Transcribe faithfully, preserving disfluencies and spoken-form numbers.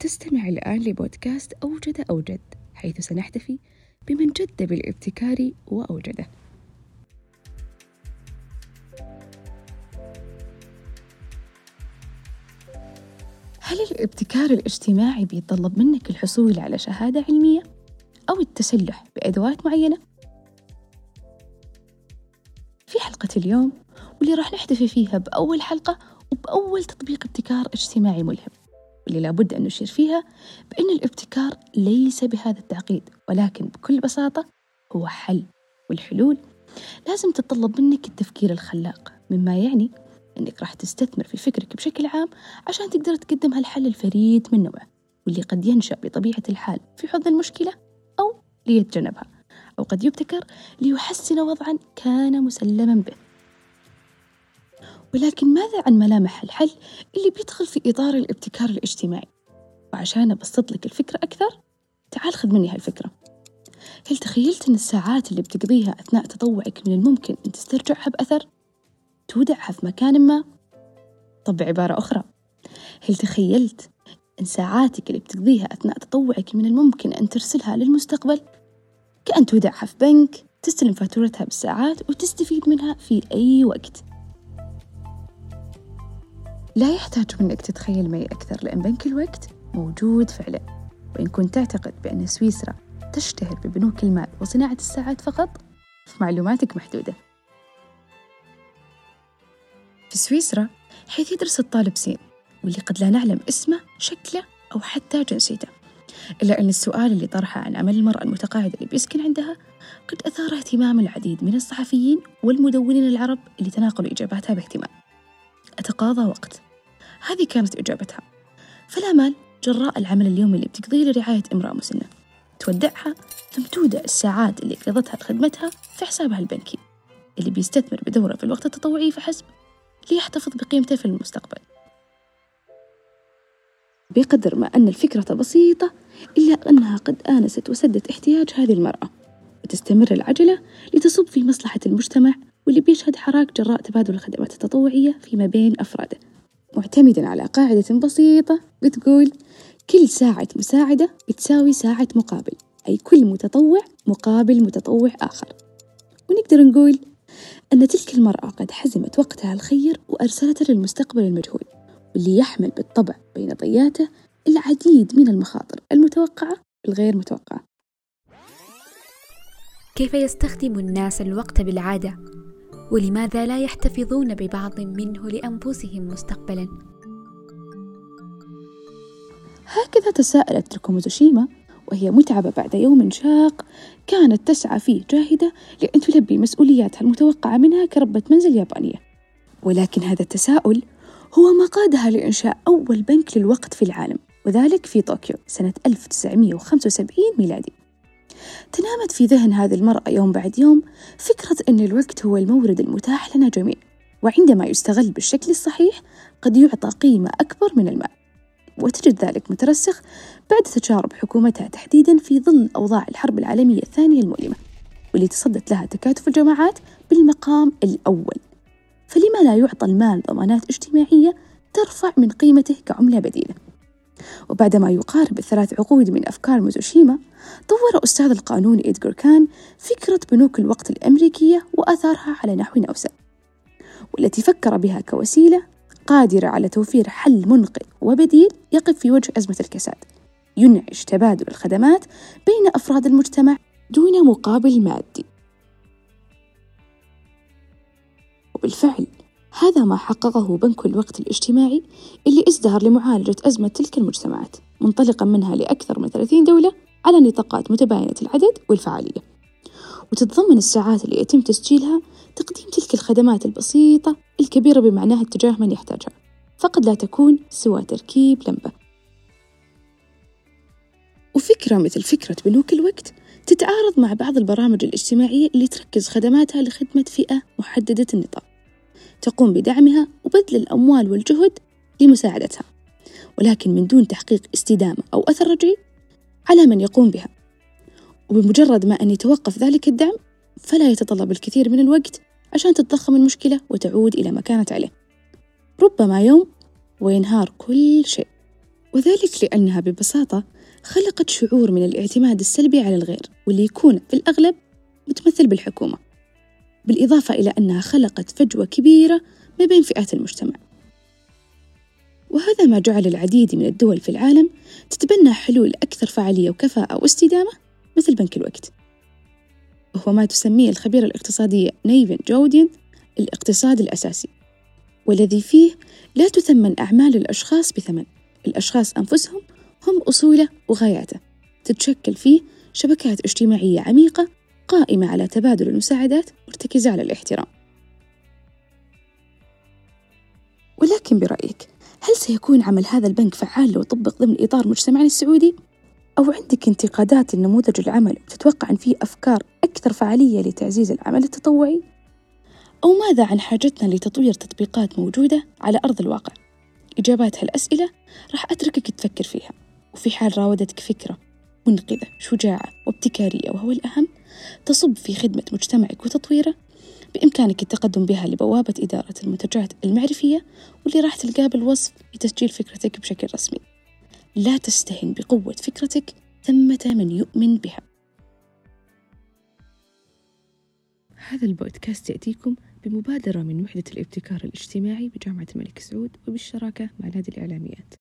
تستمع الآن لبودكاست أوجد أوجد، حيث سنحتفي بمن جد بالابتكار وأوجده. هل الابتكار الاجتماعي بيتطلب منك الحصول على شهادة علمية أو التسلح بأدوات معينة؟ في حلقة اليوم واللي راح نحتفي فيها بأول حلقة وبأول تطبيق ابتكار اجتماعي ملهم، واللي لابد أن نشير فيها بأن الابتكار ليس بهذا التعقيد، ولكن بكل بساطة هو حل، والحلول لازم تتطلب منك التفكير الخلاق، مما يعني أنك راح تستثمر في فكرك بشكل عام عشان تقدر تقدم هالحل الفريد من نوعه، واللي قد ينشأ بطبيعة الحال في حل المشكلة أو ليتجنبها، أو قد يبتكر ليحسن وضعا كان مسلما به. ولكن ماذا عن ملامح الحل اللي بيدخل في إطار الابتكار الاجتماعي؟ وعشان أبسط لك الفكرة أكثر، تعال خذ مني هالفكرة. هل تخيلت أن الساعات اللي بتقضيها أثناء تطوعك من الممكن أن تسترجعها بأثر؟ تودعها في مكان ما؟ طب بعبارة أخرى، هل تخيلت أن ساعاتك اللي بتقضيها أثناء تطوعك من الممكن أن ترسلها للمستقبل؟ كأن تودعها في بنك، تستلم فاتورتها بالساعات وتستفيد منها في أي وقت. لا يحتاج منك تتخيل معي أكثر، لأن بنك الوقت موجود فعلا. وإن كنت تعتقد بأن سويسرا تشتهر ببنوك المال وصناعة الساعات فقط، فمعلوماتك محدودة. في سويسرا، حيث يدرس الطالب سين، واللي قد لا نعلم اسمه، شكله أو حتى جنسيته، إلا أن السؤال اللي طرحه عن عمل المرأة المتقاعدة اللي بيسكن عندها قد أثار اهتمام العديد من الصحفيين والمدونين العرب اللي تناقلوا إجاباتها باهتمام. أتقاضى وقت، هذه كانت إجابتها. فلا مال جراء العمل اليومي اللي بتقضيه لرعاية امرأة مسنة، تودعها ثم تودع الساعات اللي قضتها لخدمتها في حسابها البنكي، اللي بيستثمر بدوره في الوقت التطوعي فحسب ليحتفظ بقيمته في المستقبل. بقدر ما أن الفكرة بسيطة، إلا أنها قد آنست وسدت احتياج هذه المرأة، وتستمر العجلة لتصب في مصلحة المجتمع واللي بيشهد حراك جراء تبادل الخدمات التطوعية فيما بين أفراده، معتمداً على قاعدة بسيطة بتقول: كل ساعة مساعدة بتساوي ساعة مقابل، أي كل متطوع مقابل متطوع آخر. ونقدر نقول أن تلك المرأة قد حزمت وقتها الخير وأرسلته للمستقبل المجهول، واللي يحمل بالطبع بين ضياته العديد من المخاطر المتوقعة والغير متوقعة. كيف يستخدم الناس الوقت بالعادة؟ ولماذا لا يحتفظون ببعض منه لأنفسهم مستقبلاً؟ هكذا تساءلت تاكومو توشيما وهي متعبة بعد يوم شاق كانت تسعى فيه جاهدة لأن تلبي مسؤولياتها المتوقعة منها كربة منزل يابانية. ولكن هذا التساؤل هو ما قادها لإنشاء أول بنك للوقت في العالم، وذلك في طوكيو سنة ألف وتسعمائة وخمسة وسبعين ميلادي. تنامت في ذهن هذه المرأة يوم بعد يوم فكرة أن الوقت هو المورد المتاح لنا جميع، وعندما يستغل بالشكل الصحيح قد يعطى قيمة أكبر من المال. وتجد ذلك مترسخ بعد تجارب حكومتها تحديداً في ظل أوضاع الحرب العالمية الثانية المؤلمة، واللي تصدت لها تكاتف الجماعات بالمقام الأول. فلما لا يعطى المال ضمانات اجتماعية ترفع من قيمته كعملة بديلة؟ وبعدما يقارب الثلاث عقود من أفكار موتوشيما، طور أستاذ القانون إدغار كان فكرة بنوك الوقت الأمريكية وأثارها على نحو أوسع، والتي فكر بها كوسيلة قادرة على توفير حل منقذ وبديل يقف في وجه أزمة الكساد، ينعش تبادل الخدمات بين أفراد المجتمع دون مقابل مادي. وبالفعل هذا ما حققه بنك الوقت الاجتماعي اللي ازدهر لمعالجة أزمة تلك المجتمعات، منطلقا منها لأكثر من ثلاثين دولة على نطاقات متباينة العدد والفعالية. وتتضمن الساعات اللي يتم تسجيلها تقديم تلك الخدمات البسيطة الكبيرة بمعناها اتجاه من يحتاجها، فقد لا تكون سوى تركيب لمبة. وفكرة مثل فكرة بنوك الوقت تتعارض مع بعض البرامج الاجتماعية اللي تركز خدماتها لخدمة فئة محددة النطاق، تقوم بدعمها وبذل الأموال والجهد لمساعدتها، ولكن من دون تحقيق استدامة أو أثر رجعي على من يقوم بها. وبمجرد ما أن يتوقف ذلك الدعم فلا يتطلب الكثير من الوقت عشان تتضخم المشكلة وتعود إلى ما كانت عليه، ربما يوم وينهار كل شيء. وذلك لأنها ببساطة خلقت شعور من الاعتماد السلبي على الغير، واللي يكون في الأغلب متمثل بالحكومة، بالإضافة إلى أنها خلقت فجوة كبيرة ما بين فئات المجتمع. وهذا ما جعل العديد من الدول في العالم تتبنى حلول أكثر فعالية وكفاءة واستدامة مثل بنك الوقت، وهو ما تسميه الخبيرة الاقتصادية نيفين جودين الاقتصاد الأساسي، والذي فيه لا تثمن أعمال الأشخاص بثمن، الأشخاص أنفسهم هم أصوله وغاياته، تتشكل فيه شبكات اجتماعية عميقة قائمة على تبادل المساعدات مرتكزة على الاحترام. ولكن برأيك، هل سيكون عمل هذا البنك فعال لو طبق ضمن إطار مجتمعنا السعودي؟ أو عندك انتقادات لنموذج العمل وتتوقع أن فيه أفكار أكثر فعالية لتعزيز العمل التطوعي؟ أو ماذا عن حاجتنا لتطوير تطبيقات موجودة على أرض الواقع؟ إجابات هالأسئلة راح أتركك تفكر فيها، وفي حال راودتك فكرة منقذة شجاعة وابتكارية وهو الأهم تصب في خدمة مجتمعك وتطويره، بإمكانك التقدم بها لبوابة إدارة المنتجات المعرفية، واللي راح تلقاه بالوصف لتسجيل فكرتك بشكل رسمي. لا تستهن بقوة فكرتك، ثمة من يؤمن بها. هذا البودكاست يأتيكم بمبادرة من وحدة الابتكار الاجتماعي بجامعة الملك سعود وبالشراكة مع نادي الإعلاميات.